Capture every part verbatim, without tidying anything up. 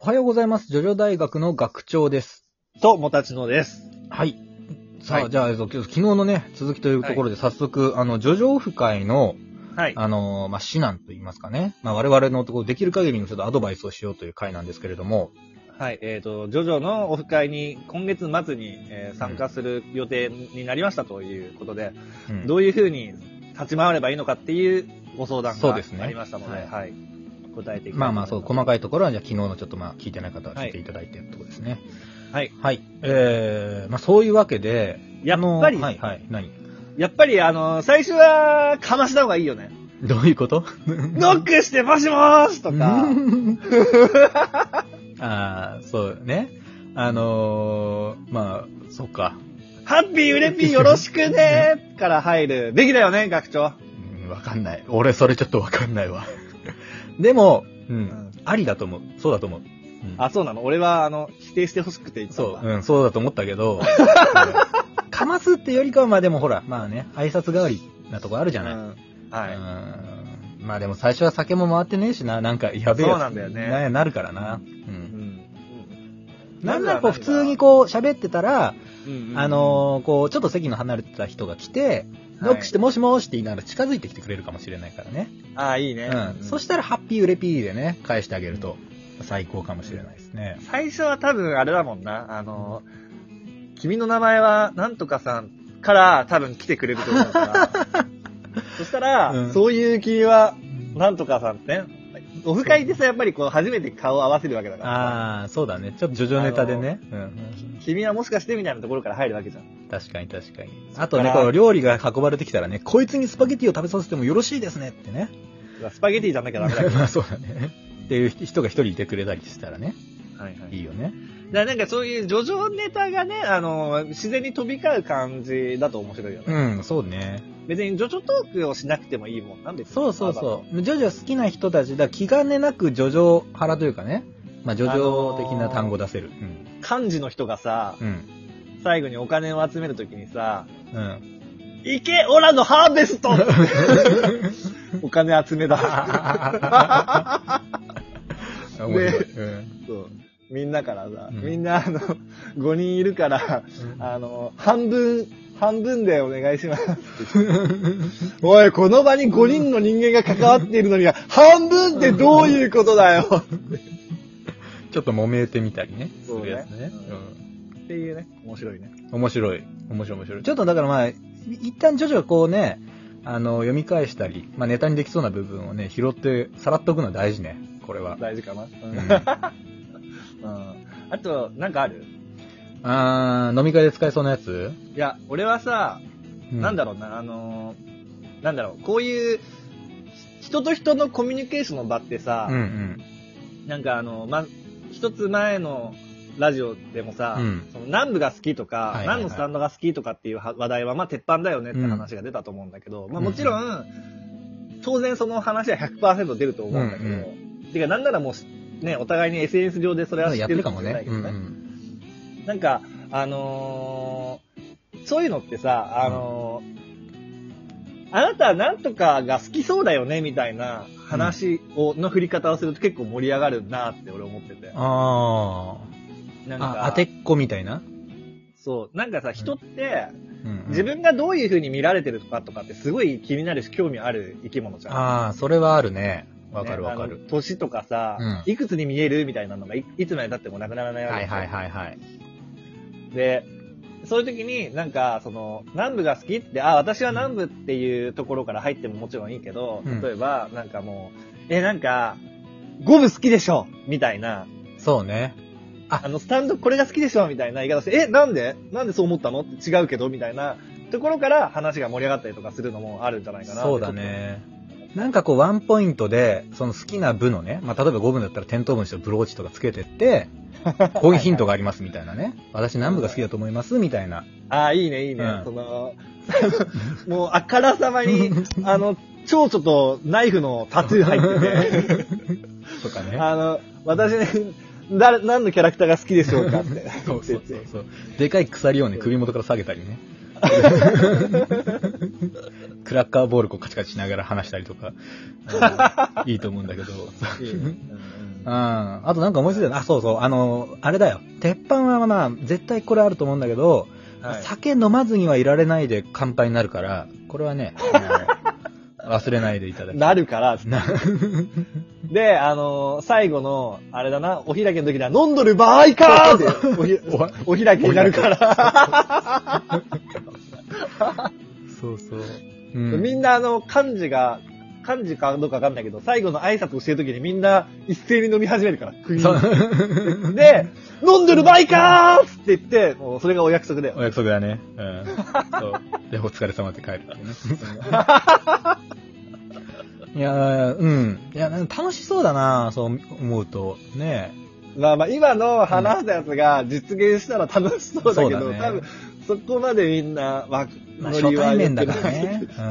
おはようございます。ジョジョ大学の学長です。 と、もたちのです。 はい。さあ、 はい、 じゃあ、昨日のね、続きというところで早速、はい、あの、ジョジョオフ会の、はい。あの、まあ、指南と言いますかね。まあ、我々のところできる限りのちょっとアドバイスをしようという会なんですけれども。 はい。えっ、ー、と、ジョジョのオフ会に今月末に、えー、参加する予定になりましたということで、うん、どういうふうに立ち回ればいいのかっていうご相談がありましたので、でね、はい、はい。答えていきたいと思います。 まあまあ、そう、細かいところは、じゃあ昨日のちょっとまあ、聞いてない方は聞いていただいてるところですね。 はい。 はい。えー、まあそういうわけで、 やっぱり、 はいはい、何やっぱり、あの、最初は、かました方がいいよね。 どういうことノックしてもしもーしとか。 ああ、そうね。あのー、まあ、そっか。 ハッピーうれぴーよろしくねーから入るべきだよね、学長。 うん、わかんない。俺、それちょっとわかんないわ。でも、うん、うん、ありだと思う。そうだと思う。うん、 あ、そうなの。俺は、あの、否定してほしくて言ったそう、うん、そうだと思ったけど、かますってよりかは、まあでもほら、まあね、挨拶代わりなとこあるじゃない。うん、 はい。 うん、まあでも最初は酒も回ってねえしな、なんかやべえやつ。 そうなんだよね。 な、なるからな。うん。うん、なんならこう、普通にこう、喋ってたら、うんうん、あのー、こう、ちょっと席の離れてた人が来て、ノックしてもしもしって言いながら近づいてきてくれるかもしれないからね。 ああ、いいね。 うん。うん、そしたら、ハッピーウレピーでね、返してあげると、最高かもしれないですね。 最初は多分、あれだもんな。あのー、君の名前は、なんとかさんから多分来てくれると思うから。そしたら、うん、そういう君は、なんとかさんってね、オフ会でさ、やっぱりこう、初めて顔を合わせるわけだから。 ああ、そうだね。ちょっとジョジョネタでね。うん、 君はもしかしてみたいなところから入るわけじゃん。 確かに確かに。あとね、この料理が運ばれてきたらね、こいつにスパゲティを食べさせてもよろしいですねってね。 スパゲティじゃなきゃダメだけど。 まあそうだね。っていう人が一人いてくれたりしたらね。はいはい。いいよね。 だからなんかそういうジョジョネタがね、あの、自然に飛び交う感じだと面白いよね。 うん、そうね。 別にジョジョトークをしなくてもいいもんなんで。 そうそうそう。ジョジョ好きな人たちだ、気兼ねなくジョジョ腹というかね。まあジョジョ的な単語出せる。 うん。漢字の人がさ、うん、最後にお金を集めるときにさ、うん。行けオラのハーベストお金集めだ。で、うん、そうみんなからさ、うん、みんなあの、ごにんいるから、うん、あの、半分、半分でお願いしますっておい、この場にごにんの人間が関わっているのには、半分ってどういうことだよちょっと揉めてみたりね。そうね。するやつね。 うん。っていうね、面白いね。 面白い。面白い面白い。ちょっとだからまあ、一旦ジョジョこうね、あの、読み返したり、まあネタにできそうな部分をね、拾ってさらっとくのは大事ね。これは。 大事かな。うん。うん、あと、なんかある？ あー、飲み会で使えそうなやつ？ いや、俺はさ、うん、なんだろうな、あのー、なんだろう、こういう、人と人のコミュニケーションの場ってさ、うんうん、なんかあの、ま、一つ前のラジオでもさ、うん、その南部が好きとか、はいはいはい、何のスタンドが好きとかっていう話題は、まあ、鉄板だよねって話が出たと思うんだけど、うん、まあもちろん、うん、当然その話は ひゃくパーセント 出ると思うんだけど、うんうん、てかなんならもう、ね、お互いに エスエヌエス 上でそれは知ってるかもしれないけどね。うんうん、なんか、あのー、そういうのってさ、あのー、あなたはなんとかが好きそうだよねみたいな話を、の振り方をすると結構盛り上がるなって俺思ってて。 ああ。なんか。あ、当てっこみたいな？ そう。なんかさ、人って、うんうん、自分がどういう風に見られてるとかとかってすごい気になるし興味ある生き物じゃん。 ああ、それはあるね。わかるわかる。 ね、年とかさ、うん、いくつに見えるみたいなのが い, いつまで経ってもなくならないわけですよ。 はいはいはいはい。 で、そういう時になんか、その、南部が好きって、あ、私は南部っていうところから入ってももちろんいいけど、うん、例えば、なんかもう、え、なんか、ゴム好きでしょみたいな。 そうね。 あ、あの、スタンドこれが好きでしょみたいな言い方して、え、なんでなんでそう思ったのって違うけどみたいなところから話が盛り上がったりとかするのもあるんじゃないかな。 そうだね。なんかこうワンポイントで、その好きな部のね、まあ、例えばごぶんだったら点灯分してブローチとかつけてって、こういうヒントがありますみたいなね。私南部が好きだと思いますみたいな。 ああ、いいね、いいね。うん、その、もうあからさまに、あの、蝶々とナイフのタトゥー入ってて。 とかね。 あの、私ね、誰、何のキャラクターが好きでしょうかって。 そうそうそうそう。でかい鎖をね、首元から下げたりね。クラッカーボールこうカチカチしながら話したりとか、いいと思うんだけど。いいね、うんうん、 うん。あとなんか思いついたよ。あ、そうそう。あの、あれだよ。鉄板はまあ、絶対これあると思うんだけど、はい、酒飲まずにはいられないで乾杯になるから、これはね、あの忘れないでいただきたい。 なるから、で、あのー、最後の、あれだな、お開きの時には、飲んどる場合かーってお、お開きになるから。 そうそう。 うん、みんなあの、漢字が、漢字かどうかわかんないけど、最後の挨拶をしてる時にみんな一斉に飲み始めるから。で、飲んでる場合かーって言って、もうそれがお約束だよ。 お約束だね。うん。そう。で、お疲れ様って帰るっていうね。いやー、うん。いや、楽しそうだな、そう思うと。ねえ。まあまあ、今の話したやつが実現したら楽しそうだけど、うん、多分、そこまでみんな、 まあ、初対面だからね。うん。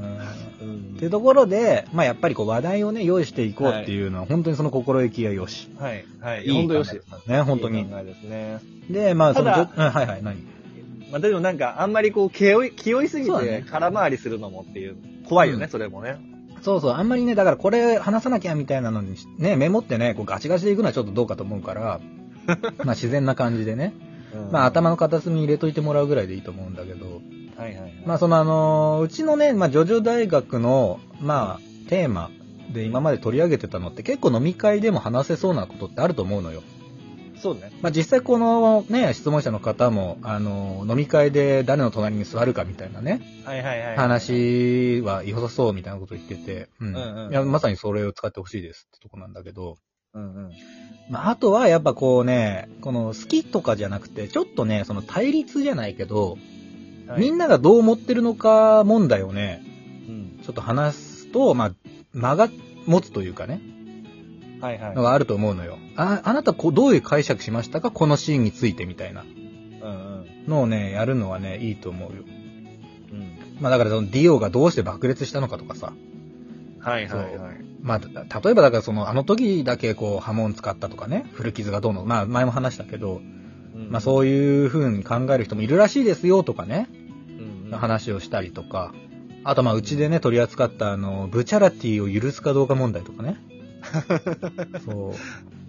っていうところで、まあやっぱりこう話題をね、用意していこうっていうのは、はい、本当にその心意気がよし。 はい。はい。いい本当よし。 ね、本当に。いい考えですね。 で、まあその、うん、はいはい、何まあでもなんか、あんまりこう、気負い、気負いすぎて空回りするのもっていう、怖いよね、うん、それもね。 そうそう、あんまりね、だからこれ話さなきゃみたいなのに、ね、メモってね、こうガチガチでいくのはちょっとどうかと思うから、まあ自然な感じでね、うん、まあ頭の片隅に入れといてもらうぐらいでいいと思うんだけど、 はいはいはい。 まあそのあのー、うちのね、まあジョジョ大学の、まあテーマで今まで取り上げてたのって結構飲み会でも話せそうなことってあると思うのよ。 そうね。 まあ実際このね、質問者の方も、あのー、飲み会で誰の隣に座るかみたいなね、 はいはいはい。 話は良さそうみたいなこと言ってて、うん。うんうん、いや、まさにそれを使ってほしいですってとこなんだけど、 うんうん。 まああとはやっぱこうね、この好きとかじゃなくて、ちょっとね、その対立じゃないけど、はい、みんながどう思ってるのか問題をね、うん、ちょっと話すと、まあ、間が持つというかね、 はいはい。 のがあると思うのよ。あ、あなたこうどういう解釈しましたかこのシーンについてみたいなのをね、やるのはね、いいと思うよ。うん。まあだからそのディオがどうして爆裂したのかとかさ。 はいはいはい。 まあ、例えばだからその、あの時だけこう波紋使ったとかね、古傷がどうの、まあ前も話したけど、うん、まあそういう風に考える人もいるらしいですよとかね、うんうん、話をしたりとか、あとまあうちでね取り扱ったあの、ブチャラティを許すかどうか問題とかね。そう。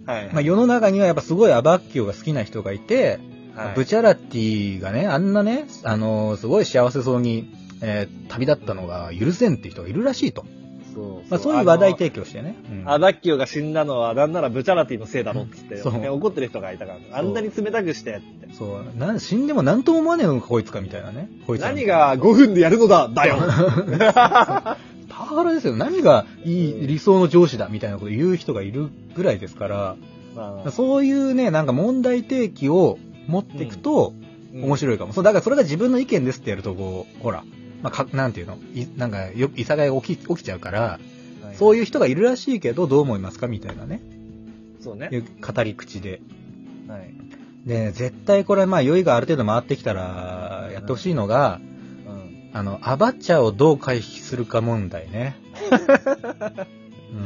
はい、はい。まあ世の中にはやっぱすごいアバッキオが好きな人がいて、はい、ブチャラティがね、あんなね、あの、すごい幸せそうに、えー、旅立ったのが許せんって人がいるらしいと。そう。まあそういう話題提供してね。 うん、アバッキオが死んだのはなんならブチャラティのせいだろっつって、ね、怒ってる人がいたから、あんなに冷たくしてって。 そう。な死んでも何とも思わねえのかこいつかみたいなね。こいつ何がごふんでやるのだだよパワハラですよ。何がいい理想の上司だみたいなこと言う人がいるぐらいですから、まあ、そういうね、なんか問題提起を持っていくと面白いかも。うんうん、そう、だからそれが自分の意見ですってやるとこう、ほら、まあ、かなんていうのいなんかよいさがいが起き起きちゃうから、はいはい、そういう人がいるらしいけどどう思いますかみたいなね。 そうね。 語り口で。はい。で、絶対これまあ酔いがある程度回ってきたらやってほしいのが、うん、あのアバッチャをどう回避するか問題ね。うん。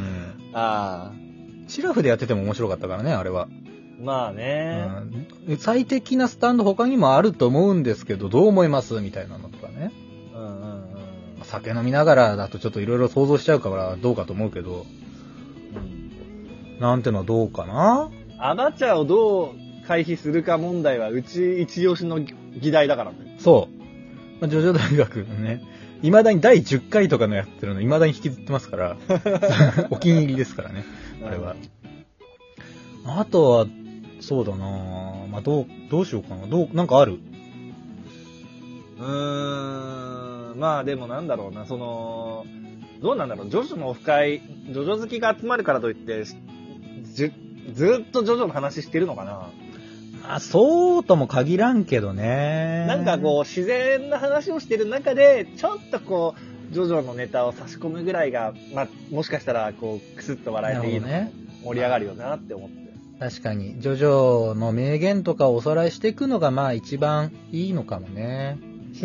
ああ。シラフでやってても面白かったからねあれは。 まあね、 うん。最適なスタンド他にもあると思うんですけどどう思いますみたいなのとかね。うんうんうん。酒飲みながらだとちょっといろいろ想像しちゃうからどうかと思うけど、うん、なんてのはどうかな。 アバチャをどう回避するか問題はうち一押しの議題だからね。 そう。まあ、ジョジョ大学のね、未だにだいじゅっかいとかのやってるの未だに引きずってますから、お気に入りですからね、あれは。うん、あとは、そうだなぁ。まあ、どう、どうしようかな。どう、なんかある？ うーん、まあでもなんだろうな、その、どうなんだろう、ジョジョのオフ会、ジョジョ好きが集まるからといって、ず、ずっとジョジョの話してるのかな。 あ、そうとも限らんけどね。 なんかこう、自然な話をしてる中で、ちょっとこう、ジョジョのネタを差し込むぐらいが、まあ、もしかしたら、こう、クスッと笑えていいの、ね、盛り上がるよなって思って。 確かに、ジョジョの名言とかをおさらいしていくのが、まあ一番いいのかもね。うん、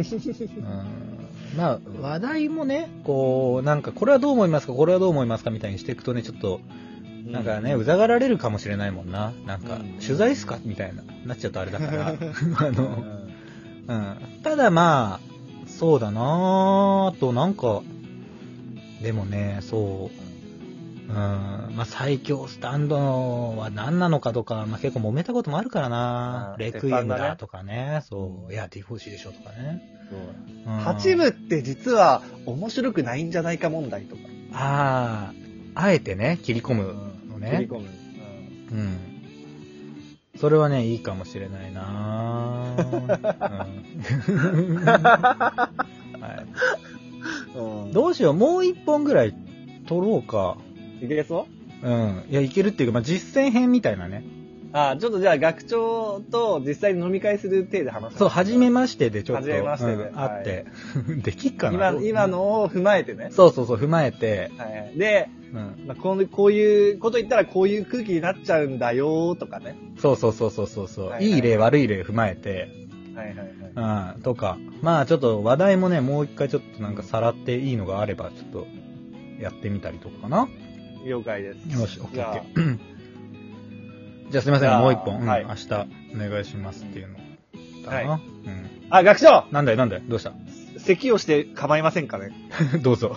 まあ、話題もね、こう、なんか、これはどう思いますか、これはどう思いますかみたいにしていくとね、ちょっと、なんかね、うざがられるかもしれないもんな。なんか、取材っすかみたいな、なっちゃうとあれだから。あの、うん。ただまあ、そうだなぁと、なんか、でもね、そうん。まあ、最強スタンドは何なのかとか、まあ、結構揉めたこともあるからな。レクイエムだとかね。そう。いや、ディフォーシーでしょとかね。 そう。八部って実は面白くないんじゃないか問題とか。 ああ、あえてね、切り込むのね。 切り込む。 うん。うん。それはね、いいかもしれないなぁ。うんはいうん、どうしよう、もう一本ぐらい撮ろうか。 いけそう？ うん。いや、いけるっていうか、まあ、実践編みたいなね。 ああ、ちょっとじゃあ学長と実際に飲み会する体で話す。 そう、初めましてでちょっと。 初めましてで。 うん、あって。できっかな今、今のを踏まえてね。 そうそうそう、踏まえて。 はい。で、うんまあ、こうこういうこと言ったらこういう空気になっちゃうんだよとかね。そうそうそうそうそうそう、はいはい。いい例、悪い例踏まえて。 はいはいはい。 うん、とか。まあちょっと話題もね、もう一回ちょっとなんかさらっていいのがあれば、ちょっとやってみたりとかかな。 了解です。 よし、オッケーオッケー。じゃあすいません、もう一本、うんはい、明日お願いしますっていうのだな。はい、うん、 あ、学長なんだいなんだいどうした？ 咳をして構いませんかねどうぞ。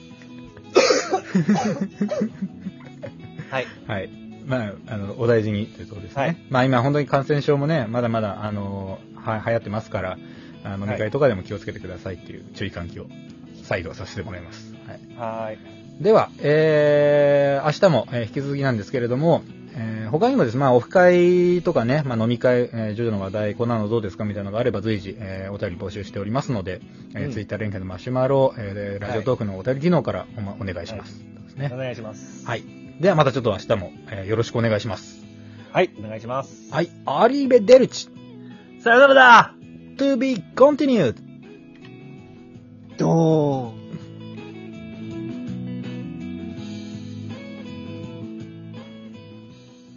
はい。 はい。まあ、あの、お大事にというところですね。はい、まあ今本当に感染症もね、まだまだ、あの、は、流行ってますから、あの飲み会とかでも気をつけてくださいっていう注意喚起を再度させてもらいます。 はい。はい。 では、えー、明日も、えー、引き続きなんですけれども、えー、他にもですね、まあ、オフ会とかね、まあ、飲み会、えー、ジョジョの話題、こんなのどうですかみたいなのがあれば随時、えー、お便り募集しておりますので、えーうん、ツイッター連携のマシュマロ、えー、ラジオトークのお便り機能からお,、ま、お願いします。 はいですね。 お願いします。 はい。ではまたちょっと明日も、えー、よろしくお願いします。 はい、お願いします。 はい。アリーベデルチ。 さよならだ !to be continued! ドーン